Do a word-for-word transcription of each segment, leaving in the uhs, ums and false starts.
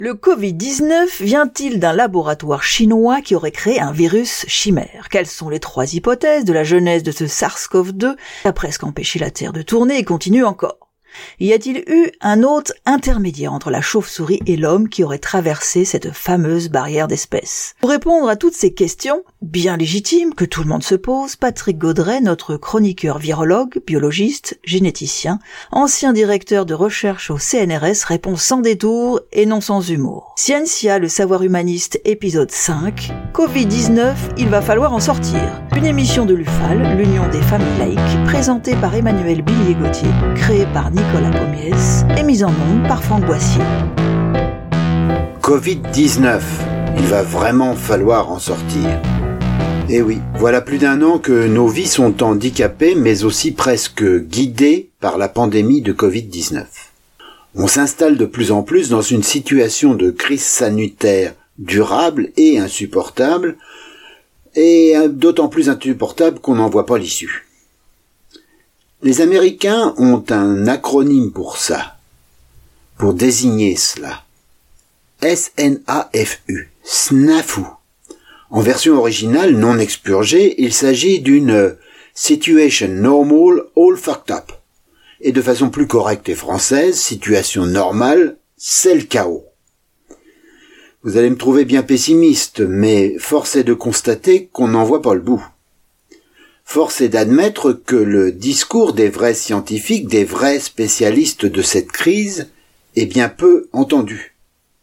Le covid dix-neuf vient-il d'un laboratoire chinois qui aurait créé un virus chimère? Quelles sont les trois hypothèses de la genèse de ce SARS-CoV deux qui a presque empêché la Terre de tourner et continue encore? Y a-t-il eu un hôte intermédiaire entre la chauve-souris et l'homme qui aurait traversé cette fameuse barrière d'espèces? Pour répondre à toutes ces questions, bien légitimes, que tout le monde se pose, Patrick Gaudret, notre chroniqueur virologue, biologiste, généticien, ancien directeur de recherche au C N R S, répond sans détour et non sans humour. Scientia, le savoir humaniste, épisode cinq, covid dix-neuf, il va falloir en sortir. Une émission de l'U F A L, l'Union des familles laïques, présentée par Emmanuel Billier-Gauthier, créée par Nicolas Pommiès et mise en onde par Franck Boissier. covid dix-neuf, il va vraiment falloir en sortir. Eh oui, voilà plus d'un an que nos vies sont handicapées, mais aussi presque guidées par la pandémie de covid dix-neuf. On s'installe de plus en plus dans une situation de crise sanitaire durable et insupportable, et d'autant plus insupportable qu'on n'en voit pas l'issue. Les Américains ont un acronyme pour ça, pour désigner cela. S N A F U, snafu. En version originale non expurgée, il s'agit d'une situation normal all fucked up. Et de façon plus correcte et française, situation normale, c'est le chaos. Vous allez me trouver bien pessimiste, mais force est de constater qu'on n'en voit pas le bout. Force est d'admettre que le discours des vrais scientifiques, des vrais spécialistes de cette crise, est bien peu entendu.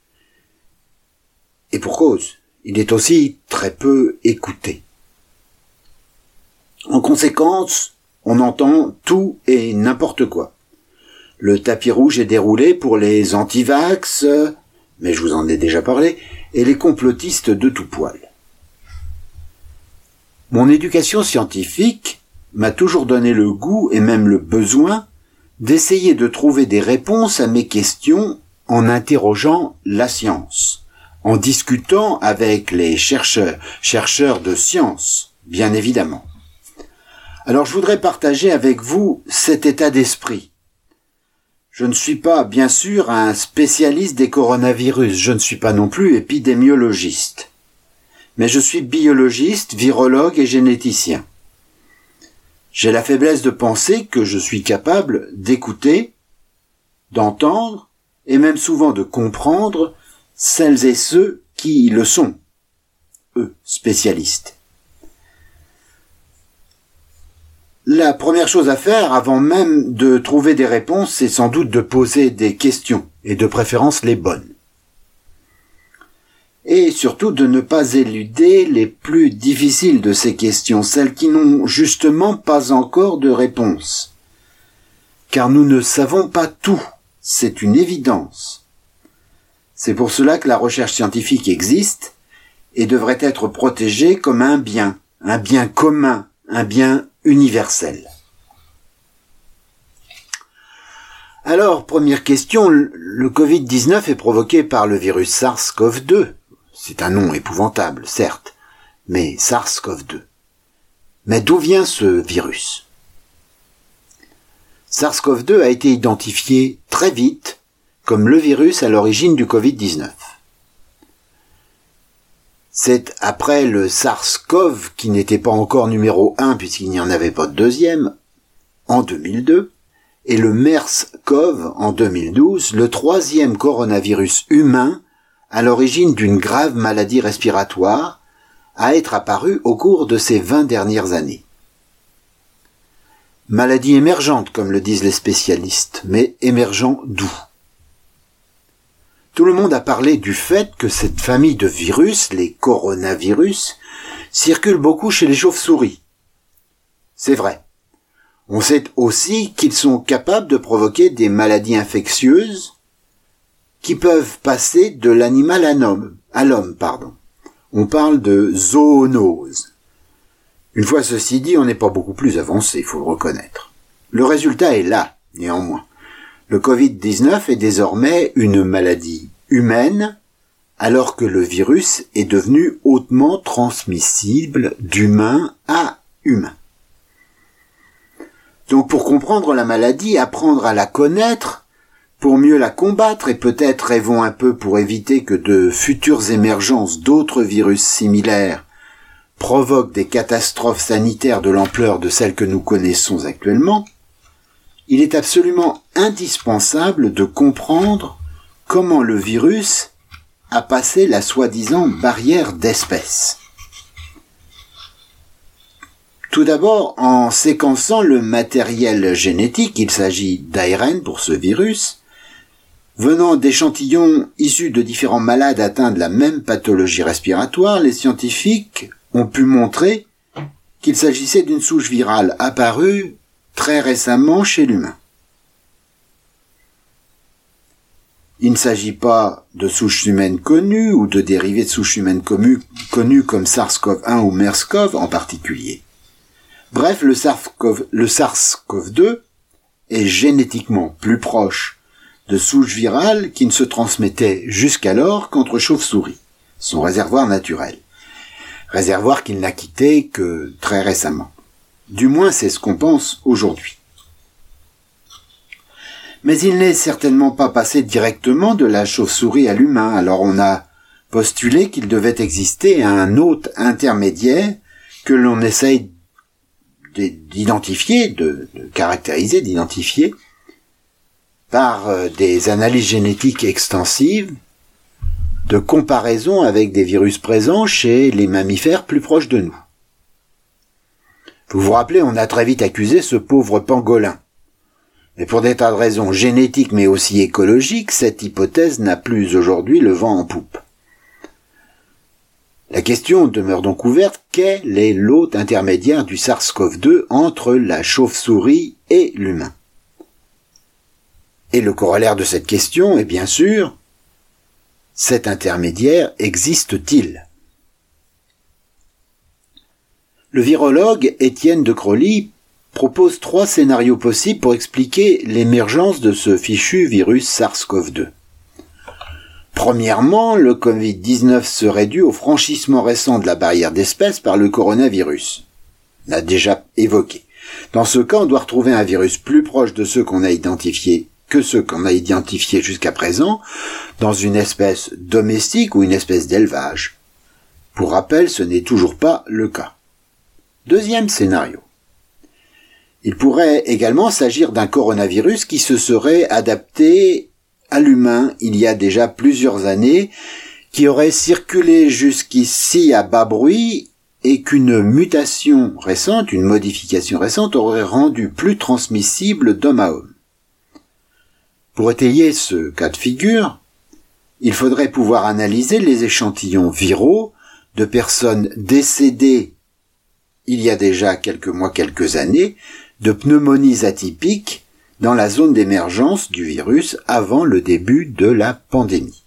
Et pour cause, il est aussi très peu écouté. En conséquence, on entend tout et n'importe quoi. Le tapis rouge est déroulé pour les anti-vax, mais je vous en ai déjà parlé, et les complotistes de tout poil. Mon éducation scientifique m'a toujours donné le goût et même le besoin d'essayer de trouver des réponses à mes questions en interrogeant la science, en discutant avec les chercheurs, chercheurs de science, bien évidemment. Alors je voudrais partager avec vous cet état d'esprit. Je ne suis pas, bien sûr, un spécialiste des coronavirus, je ne suis pas non plus épidémiologiste. Mais je suis biologiste, virologue et généticien. J'ai la faiblesse de penser que je suis capable d'écouter, d'entendre, et même souvent de comprendre celles et ceux qui le sont, eux, spécialistes. La première chose à faire, avant même de trouver des réponses, c'est sans doute de poser des questions, et de préférence les bonnes. Et surtout de ne pas éluder les plus difficiles de ces questions, celles qui n'ont justement pas encore de réponse. Car nous ne savons pas tout, c'est une évidence. C'est pour cela que la recherche scientifique existe et devrait être protégée comme un bien, un bien commun, un bien universel. Alors, première question, le covid dix-neuf est provoqué par le virus SARS-CoV deux. C'est un nom épouvantable, certes, mais SARS-CoV deux. Mais d'où vient ce virus? SARS-CoV deux a été identifié très vite comme le virus à l'origine du covid dix-neuf. C'est après le SARS-CoV, qui n'était pas encore numéro un puisqu'il n'y en avait pas de deuxième, en deux mille deux, et le MERS-CoV en deux mille douze, le troisième coronavirus humain à l'origine d'une grave maladie respiratoire, à être apparu au cours de ces vingt dernières années. Maladie émergente, comme le disent les spécialistes, mais émergent d'où? Tout le monde a parlé du fait que cette famille de virus, les coronavirus, circule beaucoup chez les chauves-souris. C'est vrai. On sait aussi qu'ils sont capables de provoquer des maladies infectieuses qui peuvent passer de l'animal à l'homme, à l'homme, pardon. On parle de zoonose. Une fois ceci dit, on n'est pas beaucoup plus avancé, il faut le reconnaître. Le résultat est là, néanmoins. Le covid dix-neuf est désormais une maladie humaine, alors que le virus est devenu hautement transmissible d'humain à humain. Donc pour comprendre la maladie, apprendre à la connaître, pour mieux la combattre et peut-être rêvons un peu pour éviter que de futures émergences d'autres virus similaires provoquent des catastrophes sanitaires de l'ampleur de celles que nous connaissons actuellement, il est absolument indispensable de comprendre comment le virus a passé la soi-disant barrière d'espèce. Tout d'abord, en séquençant le matériel génétique, il s'agit d'A R N pour ce virus, venant d'échantillons issus de différents malades atteints de la même pathologie respiratoire, les scientifiques ont pu montrer qu'il s'agissait d'une souche virale apparue très récemment chez l'humain. Il ne s'agit pas de souches humaines connues ou de dérivés de souches humaines connues comme SARS-CoV un ou MERS-CoV en particulier. Bref, le SARS-CoV, le SARS-CoV deux est génétiquement plus proche de souches virales qui ne se transmettaient jusqu'alors qu'entre chauves-souris, son réservoir naturel. Réservoir qu'il n'a quitté que très récemment. Du moins, c'est ce qu'on pense aujourd'hui. Mais il n'est certainement pas passé directement de la chauve-souris à l'humain, alors on a postulé qu'il devait exister un hôte intermédiaire que l'on essaye d'identifier, de, de caractériser, d'identifier par euh, des analyses génétiques extensives de comparaison avec des virus présents chez les mammifères plus proches de nous. Vous vous rappelez, on a très vite accusé ce pauvre pangolin. Mais pour des tas de raisons génétiques mais aussi écologiques, cette hypothèse n'a plus aujourd'hui le vent en poupe. La question demeure donc ouverte, quel est l'hôte intermédiaire du SARS-CoV deux entre la chauve-souris et l'humain? Et le corollaire de cette question est bien sûr, cet intermédiaire existe-t-il? Le virologue Étienne de Crowley propose trois scénarios possibles pour expliquer l'émergence de ce fichu virus SARS-CoV deux. Premièrement, le covid dix-neuf serait dû au franchissement récent de la barrière d'espèce par le coronavirus. On l'a déjà évoqué. Dans ce cas, on doit retrouver un virus plus proche de ceux qu'on a identifiés que ceux qu'on a identifiés jusqu'à présent, dans une espèce domestique ou une espèce d'élevage. Pour rappel, ce n'est toujours pas le cas. Deuxième scénario. Il pourrait également s'agir d'un coronavirus qui se serait adapté à l'humain il y a déjà plusieurs années, qui aurait circulé jusqu'ici à bas bruit et qu'une mutation récente, une modification récente aurait rendu plus transmissible d'homme à homme. Pour étayer ce cas de figure, il faudrait pouvoir analyser les échantillons viraux de personnes décédées il y a déjà quelques mois, quelques années, de pneumonies atypiques dans la zone d'émergence du virus avant le début de la pandémie.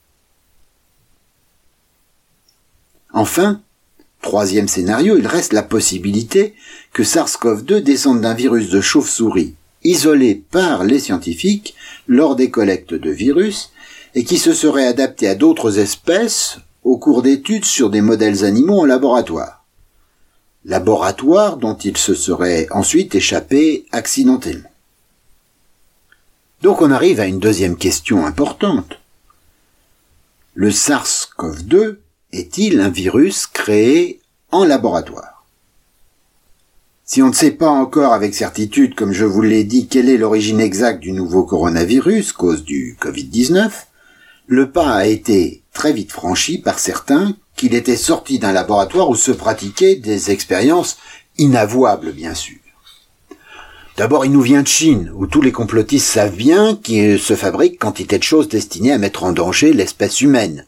Enfin, troisième scénario, il reste la possibilité que SARS-CoV deux descende d'un virus de chauve-souris isolé par les scientifiques lors des collectes de virus et qui se serait adapté à d'autres espèces au cours d'études sur des modèles animaux en laboratoire. Laboratoire dont il se serait ensuite échappé accidentellement. Donc on arrive à une deuxième question importante. Le SARS-CoV deux est-il un virus créé en laboratoire? Si on ne sait pas encore avec certitude, comme je vous l'ai dit, quelle est l'origine exacte du nouveau coronavirus, cause du covid dix-neuf, le pas a été très vite franchi par certains qu'il était sorti d'un laboratoire où se pratiquaient des expériences inavouables, bien sûr. D'abord, il nous vient de Chine, où tous les complotistes savent bien qu'il se fabrique quantité de choses destinées à mettre en danger l'espèce humaine.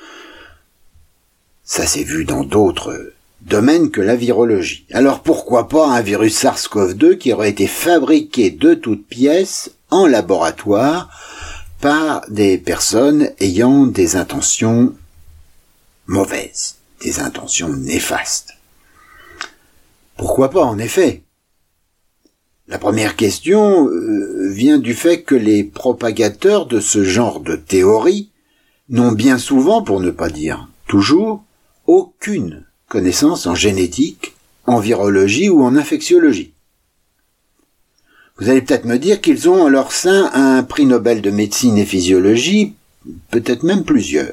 Ça s'est vu dans d'autres domaines que la virologie. Alors pourquoi pas un virus SARS-CoV deux qui aurait été fabriqué de toutes pièces en laboratoire par des personnes ayant des intentions mauvaises, des intentions néfastes? Pourquoi pas, en effet? La première question euh, vient du fait que les propagateurs de ce genre de théorie n'ont bien souvent, pour ne pas dire toujours, aucune connaissance en génétique, en virologie ou en infectiologie. Vous allez peut-être me dire qu'ils ont en leur sein un prix Nobel de médecine et physiologie, peut-être même plusieurs.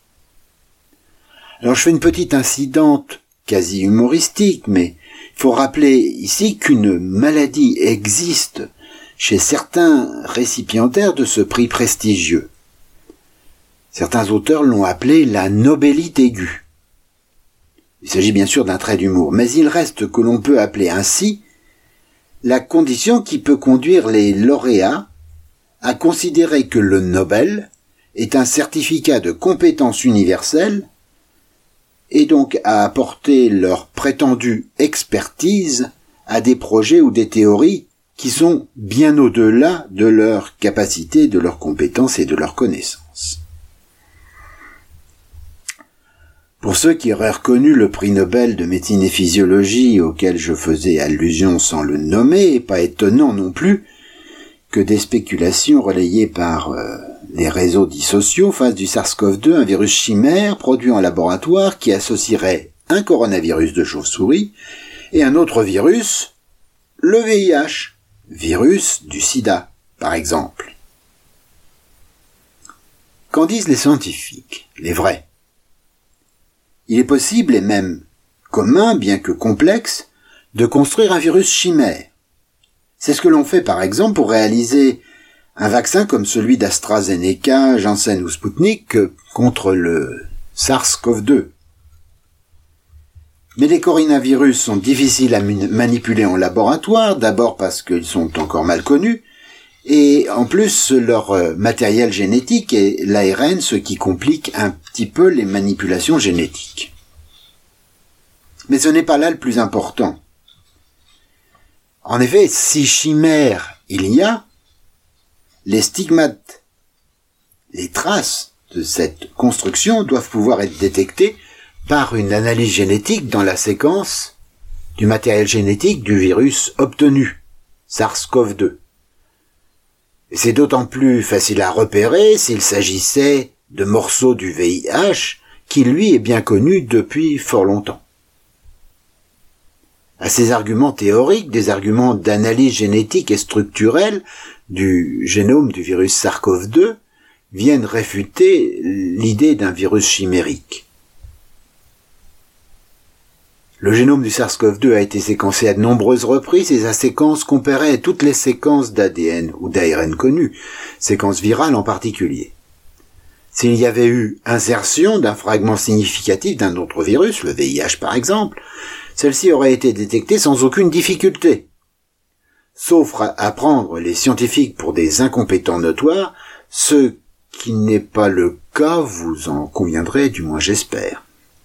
Alors je fais une petite incidente quasi humoristique, mais il faut rappeler ici qu'une maladie existe chez certains récipiendaires de ce prix prestigieux. Certains auteurs l'ont appelé la nobélite aiguë. Il s'agit bien sûr d'un trait d'humour, mais il reste que l'on peut appeler ainsi la condition qui peut conduire les lauréats à considérer que le Nobel est un certificat de compétence universelle et donc à apporter leur prétendue expertise à des projets ou des théories qui sont bien au-delà de leur capacité, de leurs compétences et de leurs connaissances. Pour ceux qui auraient reconnu le prix Nobel de médecine et physiologie auquel je faisais allusion sans le nommer, et pas étonnant non plus que des spéculations relayées par euh, les réseaux dits sociaux fassent du SARS-CoV deux un virus chimère produit en laboratoire qui associerait un coronavirus de chauve-souris et un autre virus, le V I H, virus du sida, par exemple. Qu'en disent les scientifiques, les vrais ? Il est possible, et même commun, bien que complexe, de construire un virus chimère. C'est ce que l'on fait par exemple pour réaliser un vaccin comme celui d'AstraZeneca, Janssen ou Sputnik contre le SARS-CoV deux. Mais les coronavirus sont difficiles à manipuler en laboratoire, d'abord parce qu'ils sont encore mal connus, et en plus leur matériel génétique est l'A R N, ce qui complique un petit peu les manipulations génétiques. Mais ce n'est pas là le plus important. En effet, si chimère il y a, les stigmates, les traces de cette construction doivent pouvoir être détectées par une analyse génétique dans la séquence du matériel génétique du virus obtenu, SARS-CoV deux. Et c'est d'autant plus facile à repérer s'il s'agissait de morceaux du V I H qui, lui, est bien connu depuis fort longtemps. À ces arguments théoriques, des arguments d'analyse génétique et structurelle du génome du virus SARS-CoV deux viennent réfuter l'idée d'un virus chimérique. Le génome du SARS-CoV deux a été séquencé à de nombreuses reprises et sa séquence comparait toutes les séquences d'A D N ou d'A R N connues, séquences virales en particulier. S'il y avait eu insertion d'un fragment significatif d'un autre virus, le V I H par exemple, celle-ci aurait été détectée sans aucune difficulté. Sauf à prendre les scientifiques pour des incompétents notoires, ce qui n'est pas le cas, vous en conviendrez, du moins j'espère.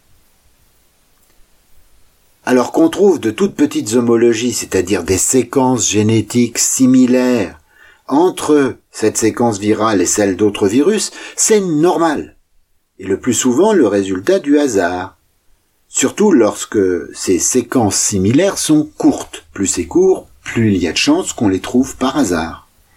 Alors qu'on trouve de toutes petites homologies, c'est-à-dire des séquences génétiques similaires entre cette séquence virale et celle d'autres virus, c'est normal. Et le plus souvent le résultat du hasard. Surtout lorsque ces séquences similaires sont courtes. Plus c'est court, plus il y a de chances qu'on les trouve par hasard.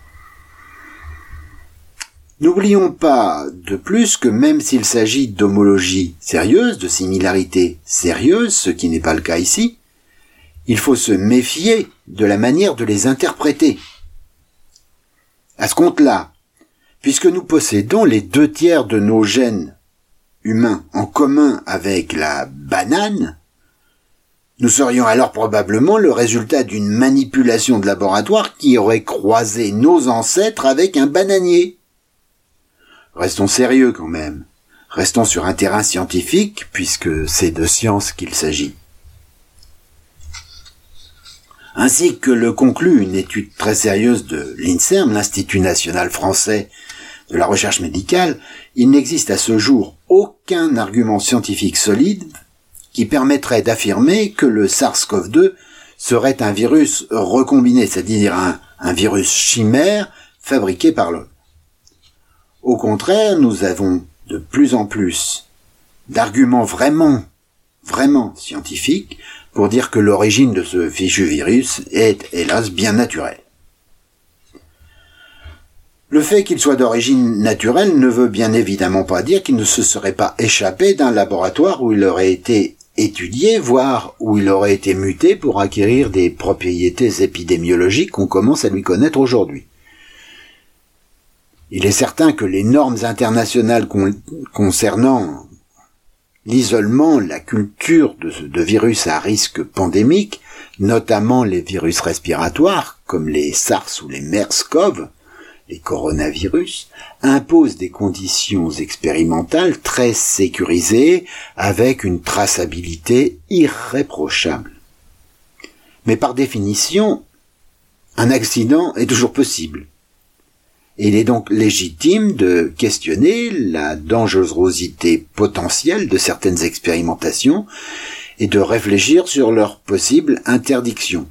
N'oublions pas de plus que même s'il s'agit d'homologie sérieuse, de similarité sérieuse, ce qui n'est pas le cas ici, il faut se méfier de la manière de les interpréter. À ce compte-là, puisque nous possédons les deux tiers de nos gènes humains en commun avec la banane, nous serions alors probablement le résultat d'une manipulation de laboratoire qui aurait croisé nos ancêtres avec un bananier. Restons sérieux quand même. Restons sur un terrain scientifique, puisque c'est de science qu'il s'agit. Ainsi que le conclut une étude très sérieuse de l'INSERM, l'Institut national français de la recherche médicale, il n'existe à ce jour aucun argument scientifique solide qui permettrait d'affirmer que le SARS-CoV deux serait un virus recombiné, c'est-à-dire un, un virus chimère fabriqué par l'homme. Au contraire, nous avons de plus en plus d'arguments vraiment, vraiment scientifiques pour dire que l'origine de ce fichu virus est, hélas, bien naturelle. Le fait qu'il soit d'origine naturelle ne veut bien évidemment pas dire qu'il ne se serait pas échappé d'un laboratoire où il aurait été étudié, voir où il aurait été muté pour acquérir des propriétés épidémiologiques qu'on commence à lui connaître aujourd'hui. Il est certain que les normes internationales con- concernant l'isolement, la culture de, de virus à risque pandémique, notamment les virus respiratoires, comme les SARS ou les MERS-CoV, les coronavirus, imposent des conditions expérimentales très sécurisées avec une traçabilité irréprochable. Mais par définition, un accident est toujours possible. Et il est donc légitime de questionner la dangerosité potentielle de certaines expérimentations et de réfléchir sur leur possible interdiction.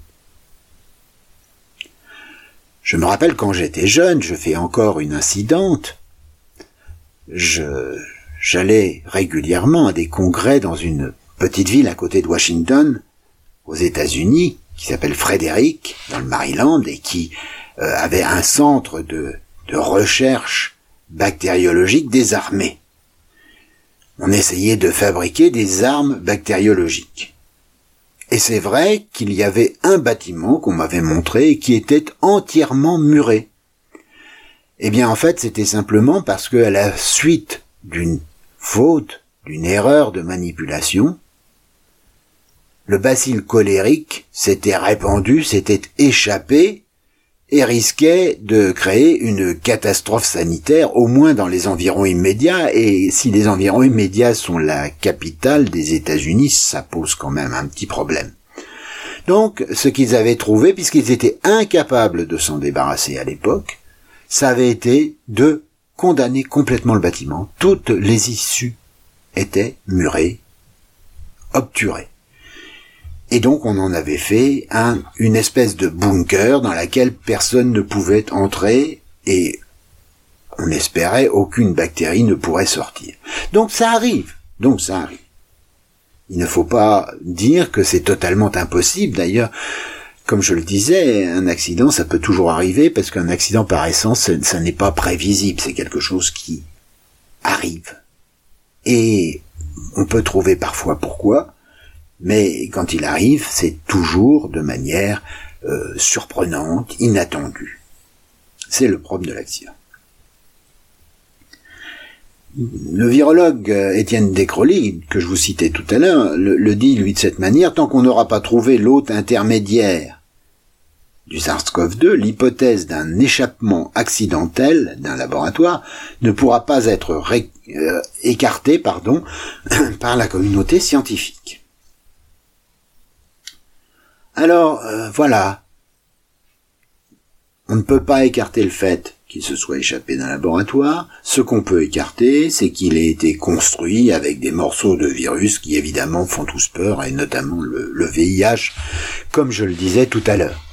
Je me rappelle quand j'étais jeune, je fais encore une incidente, je, j'allais régulièrement à des congrès dans une petite ville à côté de Washington, aux États-Unis, qui s'appelle Frederick, dans le Maryland, et qui euh, avait un centre de, de recherche bactériologique des armées. On essayait de fabriquer des armes bactériologiques. Et c'est vrai qu'il y avait un bâtiment qu'on m'avait montré qui était entièrement muré. Eh bien, en fait, c'était simplement parce que, à la suite d'une faute, d'une erreur de manipulation, le bacille colérique s'était répandu, s'était échappé et risquait de créer une catastrophe sanitaire, au moins dans les environs immédiats. Et si les environs immédiats sont la capitale des États-Unis, ça pose quand même un petit problème. Donc, ce qu'ils avaient trouvé, puisqu'ils étaient incapables de s'en débarrasser à l'époque, ça avait été de condamner complètement le bâtiment. Toutes les issues étaient murées, obturées. Et donc on en avait fait un, une espèce de bunker dans laquelle personne ne pouvait entrer et on espérait aucune bactérie ne pourrait sortir. Donc ça arrive, donc ça arrive. Il ne faut pas dire que c'est totalement impossible. D'ailleurs, comme je le disais, un accident ça peut toujours arriver parce qu'un accident par essence ça, ça n'est pas prévisible, c'est quelque chose qui arrive. Et on peut trouver parfois pourquoi. Mais quand il arrive, c'est toujours de manière euh, surprenante, inattendue. C'est le propre de l'accident. Le virologue euh, Étienne Descroly, que je vous citais tout à l'heure, le, le dit lui de cette manière: tant qu'on n'aura pas trouvé l'hôte intermédiaire du SARS-CoV deux, l'hypothèse d'un échappement accidentel d'un laboratoire ne pourra pas être ré, euh, écartée pardon, par la communauté scientifique. Alors, euh, voilà. On ne peut pas écarter le fait qu'il se soit échappé d'un laboratoire. Ce qu'on peut écarter, c'est qu'il ait été construit avec des morceaux de virus qui, évidemment, font tous peur, et notamment le, le V I H, comme je le disais tout à l'heure.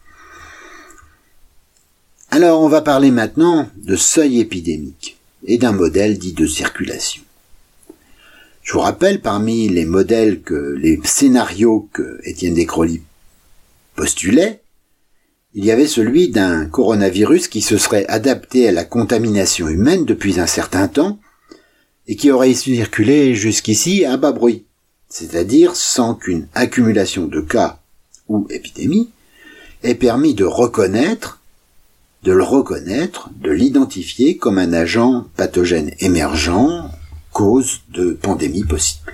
Alors, on va parler maintenant de seuil épidémique et d'un modèle dit de circulation. Je vous rappelle, parmi les modèles que, les scénarios que Étienne Descroly postulait, il y avait celui d'un coronavirus qui se serait adapté à la contamination humaine depuis un certain temps et qui aurait circulé jusqu'ici à bas bruit, c'est-à-dire sans qu'une accumulation de cas ou épidémies ait permis de reconnaître, de le reconnaître, de l'identifier comme un agent pathogène émergent, cause de pandémie possible.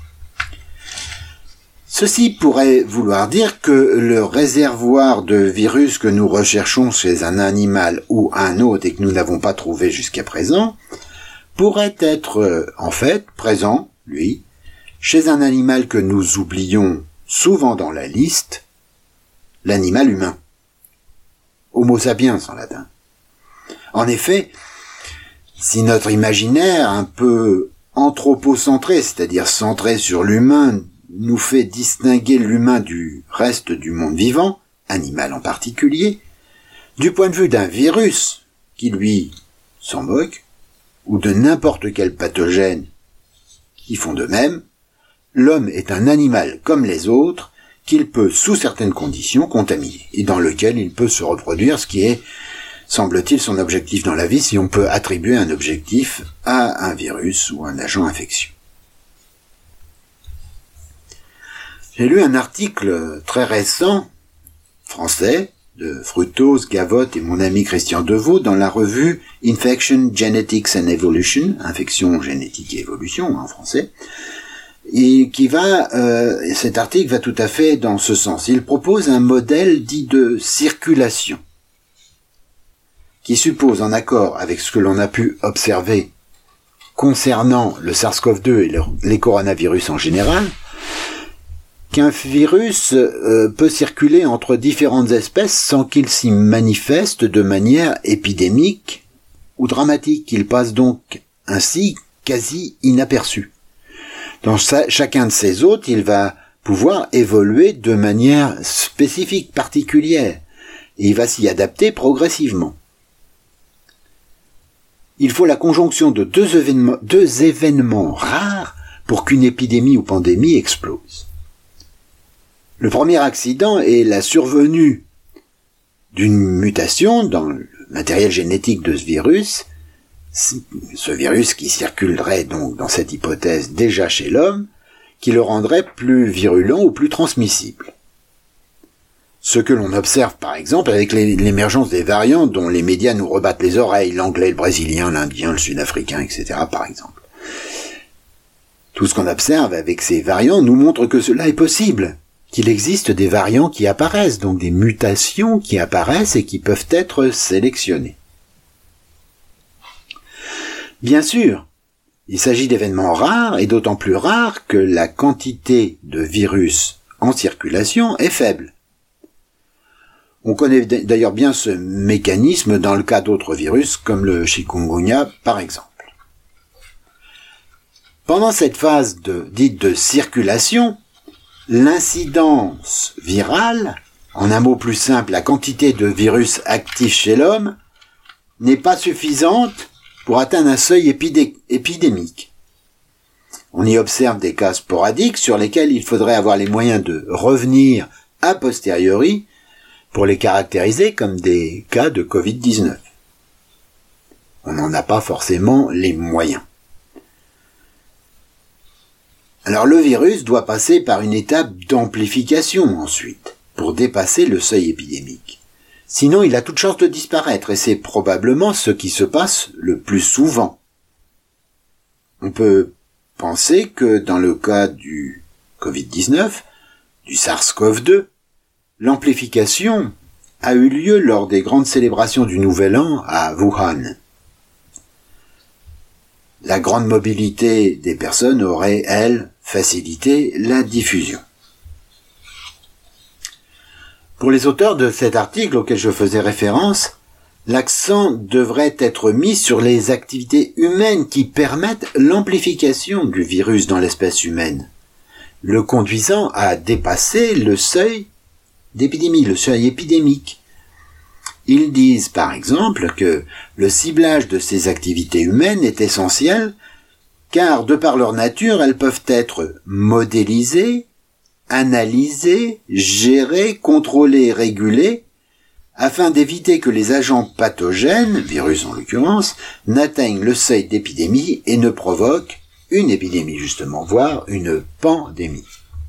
Ceci pourrait vouloir dire que le réservoir de virus que nous recherchons chez un animal ou un autre et que nous n'avons pas trouvé jusqu'à présent pourrait être en fait présent, lui, chez un animal que nous oublions souvent dans la liste, l'animal humain. Homo sapiens en latin. En effet, si notre imaginaire un peu anthropocentré, c'est-à-dire centré sur l'humain, nous fait distinguer l'humain du reste du monde vivant, animal en particulier, du point de vue d'un virus qui, lui, s'en moque, ou de n'importe quel pathogène qui font de même, l'homme est un animal comme les autres qu'il peut, sous certaines conditions, contaminer, et dans lequel il peut se reproduire, ce qui est, semble-t-il, son objectif dans la vie, si on peut attribuer un objectif à un virus ou un agent infectieux. J'ai lu un article très récent, français, de Fructose, Gavotte et mon ami Christian Deveau dans la revue Infection, Genetics and Evolution, Infection, Génétique et Évolution en français, et qui va, euh, cet article va tout à fait dans ce sens. Il propose un modèle dit de circulation, qui suppose, en accord avec ce que l'on a pu observer concernant le SARS-CoV deux et le, les coronavirus en général, qu'un virus euh, peut circuler entre différentes espèces sans qu'il s'y manifeste de manière épidémique ou dramatique. Il passe donc ainsi quasi inaperçu. Dans sa, chacun de ces hôtes, il va pouvoir évoluer de manière spécifique, particulière, et il va s'y adapter progressivement. Il faut la conjonction de deux événements, deux événements rares pour qu'une épidémie ou pandémie explose. Le premier accident est la survenue d'une mutation dans le matériel génétique de ce virus, ce virus qui circulerait donc dans cette hypothèse déjà chez l'homme, qui le rendrait plus virulent ou plus transmissible. Ce que l'on observe par exemple avec l'émergence des variants dont les médias nous rebattent les oreilles, l'anglais, le brésilien, l'indien, le sud-africain, et cetera par exemple. Tout ce qu'on observe avec ces variants nous montre que cela est possible, qu'il existe des variants qui apparaissent, donc des mutations qui apparaissent et qui peuvent être sélectionnées. Bien sûr, il s'agit d'événements rares et d'autant plus rares que la quantité de virus en circulation est faible. On connaît d'ailleurs bien ce mécanisme dans le cas d'autres virus comme le chikungunya par exemple. Pendant cette phase de, dite de circulation, l'incidence virale, en un mot plus simple, la quantité de virus actifs chez l'homme, n'est pas suffisante pour atteindre un seuil épidé- épidémique. On y observe des cas sporadiques sur lesquels il faudrait avoir les moyens de revenir a posteriori pour les caractériser comme des cas de covid dix-neuf. On n'en a pas forcément les moyens. Alors le virus doit passer par une étape d'amplification ensuite, pour dépasser le seuil épidémique. Sinon il a toute chance de disparaître, et c'est probablement ce qui se passe le plus souvent. On peut penser que dans le cas du covid dix-neuf, du SARS-CoV deux, l'amplification a eu lieu lors des grandes célébrations du Nouvel An à Wuhan. La grande mobilité des personnes aurait, elle, facilité la diffusion. Pour les auteurs de cet article auquel je faisais référence, l'accent devrait être mis sur les activités humaines qui permettent l'amplification du virus dans l'espèce humaine, le conduisant à dépasser le seuil d'épidémie, le seuil épidémique. Ils disent par exemple que le ciblage de ces activités humaines est essentiel car de par leur nature, elles peuvent être modélisées, analysées, gérées, contrôlées, régulées, afin d'éviter que les agents pathogènes, virus en l'occurrence, n'atteignent le seuil d'épidémie et ne provoquent une épidémie justement, voire une pandémie.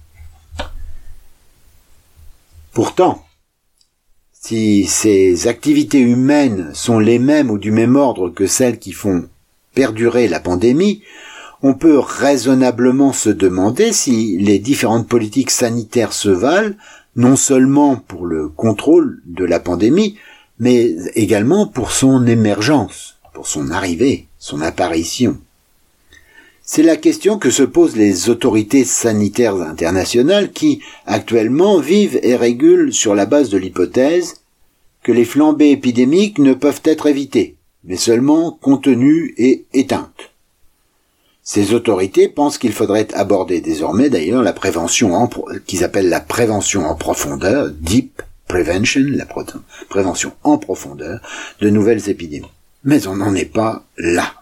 Pourtant, si ces activités humaines sont les mêmes ou du même ordre que celles qui font perdurer la pandémie, on peut raisonnablement se demander si les différentes politiques sanitaires se valent non seulement pour le contrôle de la pandémie, mais également pour son émergence, pour son arrivée, son apparition. C'est la question que se posent les autorités sanitaires internationales qui, actuellement, vivent et régulent sur la base de l'hypothèse que les flambées épidémiques ne peuvent être évitées, mais seulement contenues et éteintes. Ces autorités pensent qu'il faudrait aborder désormais d'ailleurs la prévention en pro- qu'ils appellent la prévention en profondeur, deep prevention, la pro- prévention en profondeur de nouvelles épidémies. Mais on n'en est pas là.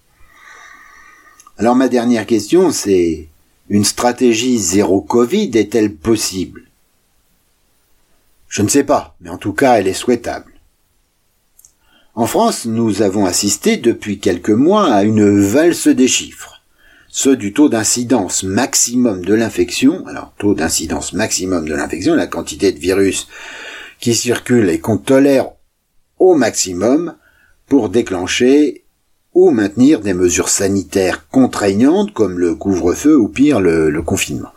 Alors ma dernière question, c'est une stratégie zéro Covid est-elle possible? Je ne sais pas, mais en tout cas elle est souhaitable. En France, nous avons assisté depuis quelques mois à une valse des chiffres. ceux du taux d'incidence maximum de l'infection. Alors, taux d'incidence maximum de l'infection, la quantité de virus qui circule et qu'on tolère au maximum pour déclencher ou maintenir des mesures sanitaires contraignantes comme le couvre-feu ou pire le, le confinement.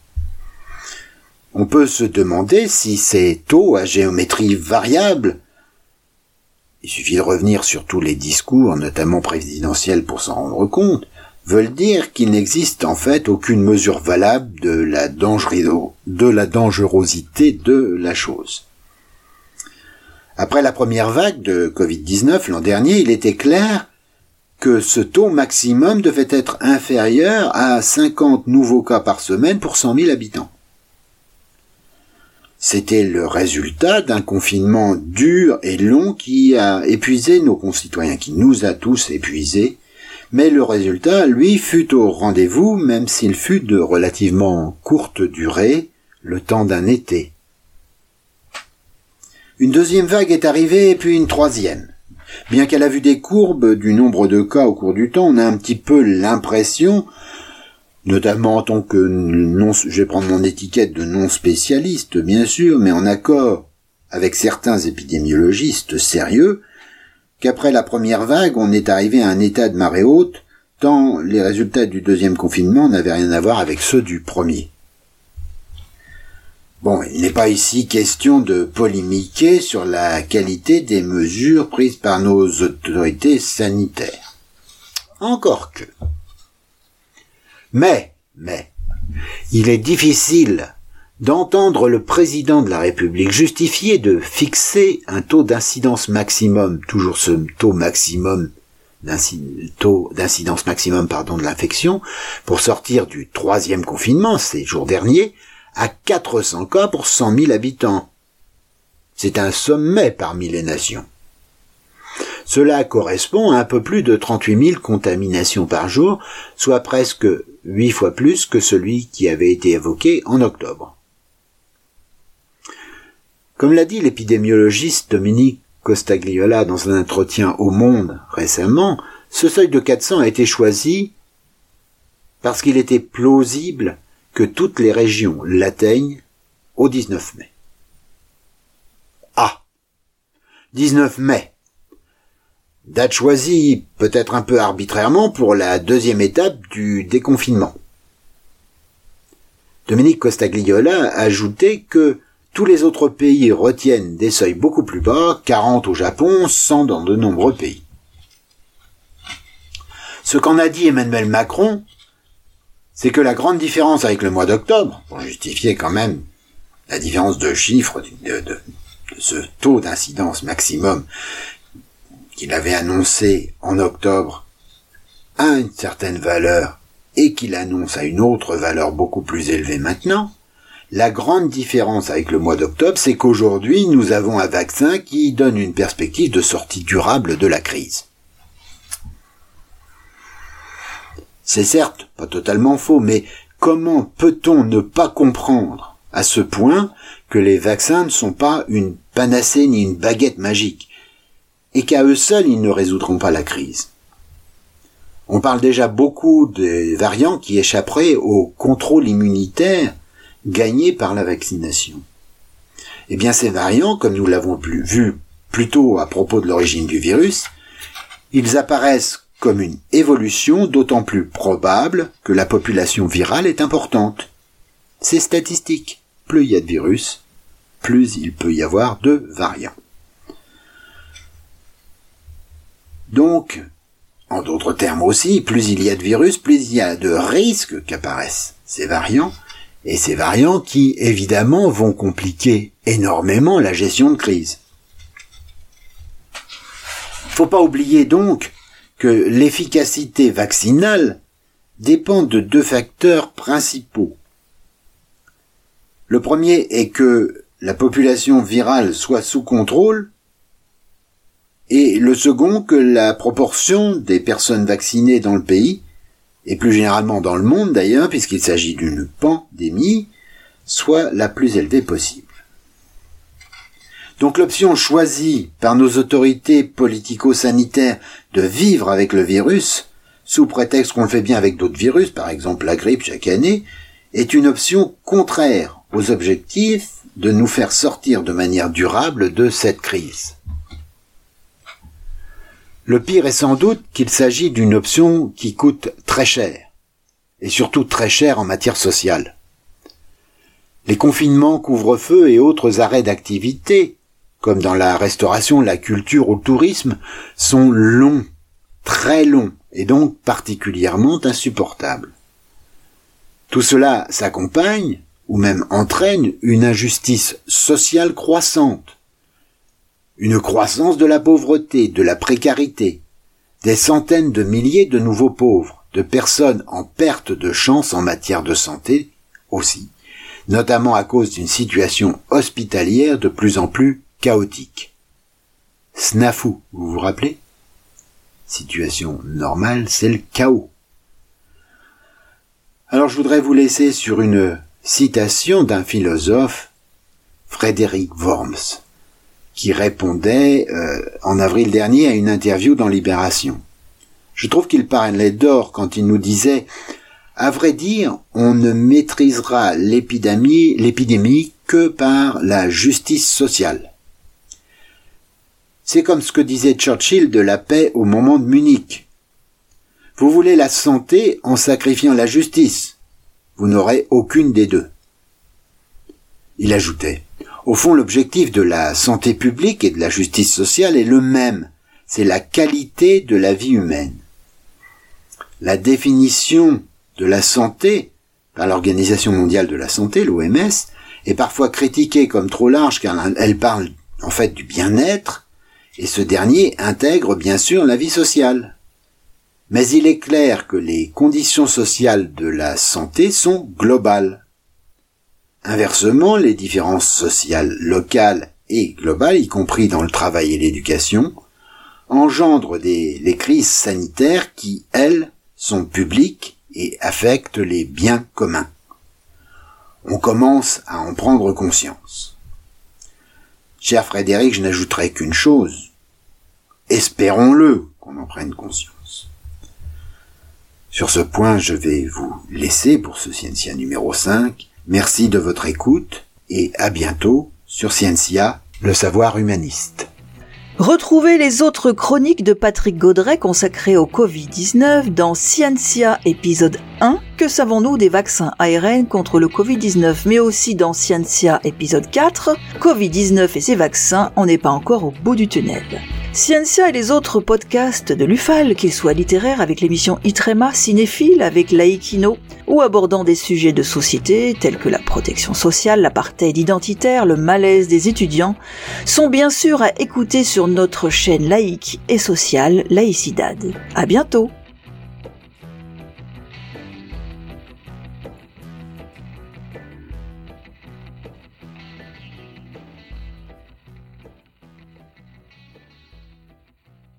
On peut se demander si ces taux à géométrie variable, il suffit de revenir sur tous les discours, notamment présidentiels, pour s'en rendre compte, veulent dire qu'il n'existe en fait aucune mesure valable de la, dangerosité, de la dangerosité de la chose. Après la première vague de covid dix-neuf l'an dernier, il était clair que ce taux maximum devait être inférieur à cinquante nouveaux cas par semaine pour cent mille habitants. C'était le résultat d'un confinement dur et long qui a épuisé nos concitoyens, qui nous a tous épuisés, mais le résultat, lui, fut au rendez-vous, même s'il fut de relativement courte durée, le temps d'un été. Une deuxième vague est arrivée, puis une troisième. Bien qu'à la vue des courbes du nombre de cas au cours du temps, on a un petit peu l'impression, notamment en tant que non, je vais prendre mon étiquette de non spécialiste, bien sûr, mais en accord avec certains épidémiologistes sérieux, qu'après la première vague, on est arrivé à un état de marée haute, tant les résultats du deuxième confinement n'avaient rien à voir avec ceux du premier. Bon, il n'est pas ici question de polémiquer sur la qualité des mesures prises par nos autorités sanitaires. Encore que. Mais, mais, il est difficile d'entendre le président de la République justifier de fixer un taux d'incidence maximum, toujours ce taux maximum, d'inci- taux d'incidence maximum, pardon, de l'infection, pour sortir du troisième confinement, ces jours derniers, à quatre cents cas pour cent mille habitants. C'est un sommet parmi les nations. Cela correspond à un peu plus de trente-huit mille contaminations par jour, soit presque huit fois plus que celui qui avait été évoqué en octobre. Comme l'a dit l'épidémiologiste Dominique Costagliola dans un entretien au Monde récemment, ce seuil de quatre cents a été choisi parce qu'il était plausible que toutes les régions l'atteignent au dix-neuf mai. Ah, dix-neuf mai. Date choisie peut-être un peu arbitrairement pour la deuxième étape du déconfinement. Dominique Costagliola a ajouté que tous les autres pays retiennent des seuils beaucoup plus bas, quarante au Japon, cent dans de nombreux pays. Ce qu'en a dit Emmanuel Macron, c'est que la grande différence avec le mois d'octobre, pour justifier quand même la différence de chiffres de, de, de ce taux d'incidence maximum qu'il avait annoncé en octobre à une certaine valeur et qu'il annonce à une autre valeur beaucoup plus élevée maintenant, la grande différence avec le mois d'octobre, c'est qu'aujourd'hui, nous avons un vaccin qui donne une perspective de sortie durable de la crise. C'est certes pas totalement faux, mais comment peut-on ne pas comprendre à ce point que les vaccins ne sont pas une panacée ni une baguette magique, et qu'à eux seuls ils ne résoudront pas la crise? On parle déjà beaucoup des variants qui échapperaient au contrôle immunitaire gagné par la vaccination. Eh bien ces variants, comme nous l'avons vu plus tôt à propos de l'origine du virus, ils apparaissent comme une évolution d'autant plus probable que la population virale est importante. C'est statistique. Plus il y a de virus, plus il peut y avoir de variants. Donc, en d'autres termes aussi, plus il y a de virus, plus il y a de risques qu'apparaissent ces variants, et ces variants qui, évidemment, vont compliquer énormément la gestion de crise. Faut pas oublier donc que l'efficacité vaccinale dépend de deux facteurs principaux. Le premier est que la population virale soit sous contrôle, et le second que la proportion des personnes vaccinées dans le pays, et plus généralement dans le monde d'ailleurs, puisqu'il s'agit d'une pandémie, soit la plus élevée possible. Donc l'option choisie par nos autorités politico-sanitaires de vivre avec le virus sous prétexte qu'on le fait bien avec d'autres virus, par exemple la grippe chaque année, est une option contraire aux objectifs de nous faire sortir de manière durable de cette crise. Le pire est sans doute qu'il s'agit d'une option qui coûte très cher, et surtout très cher en matière sociale. Les confinements, couvre-feu et autres arrêts d'activité, comme dans la restauration, la culture ou le tourisme, sont longs, très longs, et donc particulièrement insupportables. Tout cela s'accompagne, ou même entraîne, une injustice sociale croissante, une croissance de la pauvreté, de la précarité, des centaines de milliers de nouveaux pauvres, de personnes en perte de chance en matière de santé aussi, notamment à cause d'une situation hospitalière de plus en plus chaotique. Snafu, vous vous rappelez ? Situation normale, c'est le chaos. Alors je voudrais vous laisser sur une citation d'un philosophe, Frédéric Worms, qui répondait euh, en avril dernier à une interview dans Libération. Je trouve qu'il parlait d'or quand il nous disait « À vrai dire, on ne maîtrisera l'épidémie, l'épidémie que par la justice sociale. » C'est comme ce que disait Churchill de la paix au moment de Munich. Vous voulez la santé en sacrifiant la justice. Vous n'aurez aucune des deux. Il ajoutait, au fond, l'objectif de la santé publique et de la justice sociale est le même. C'est la qualité de la vie humaine. La définition de la santé par l'Organisation mondiale de la santé, l'O M S, est parfois critiquée comme trop large car elle parle en fait du bien-être, et ce dernier intègre bien sûr la vie sociale. Mais il est clair que les conditions sociales de la santé sont globales. Inversement, les différences sociales locales et globales, y compris dans le travail et l'éducation, engendrent des, les crises sanitaires qui, elles, sont publiques et affectent les biens communs. On commence à en prendre conscience. Cher Frédéric, je n'ajouterai qu'une chose. Espérons-le qu'on en prenne conscience. Sur ce point, je vais vous laisser pour ce Scientia numéro cinq. Merci de votre écoute et à bientôt sur Scientia, le savoir humaniste. Retrouvez les autres chroniques de Patrick Gaudret consacrées au covid dix-neuf dans Scientia épisode un, que savons-nous des vaccins A R N contre le covid dix-neuf, mais aussi dans Scientia épisode quatre, covid dix-neuf et ses vaccins, on n'est pas encore au bout du tunnel. Scientia et les autres podcasts de l'U F A L, qu'ils soient littéraires avec l'émission Itrema, cinéphile avec Laïkino, ou abordant des sujets de société tels que la protection sociale, l'apartheid identitaire, le malaise des étudiants, sont bien sûr à écouter sur notre chaîne laïque et sociale Laïcidad. À bientôt!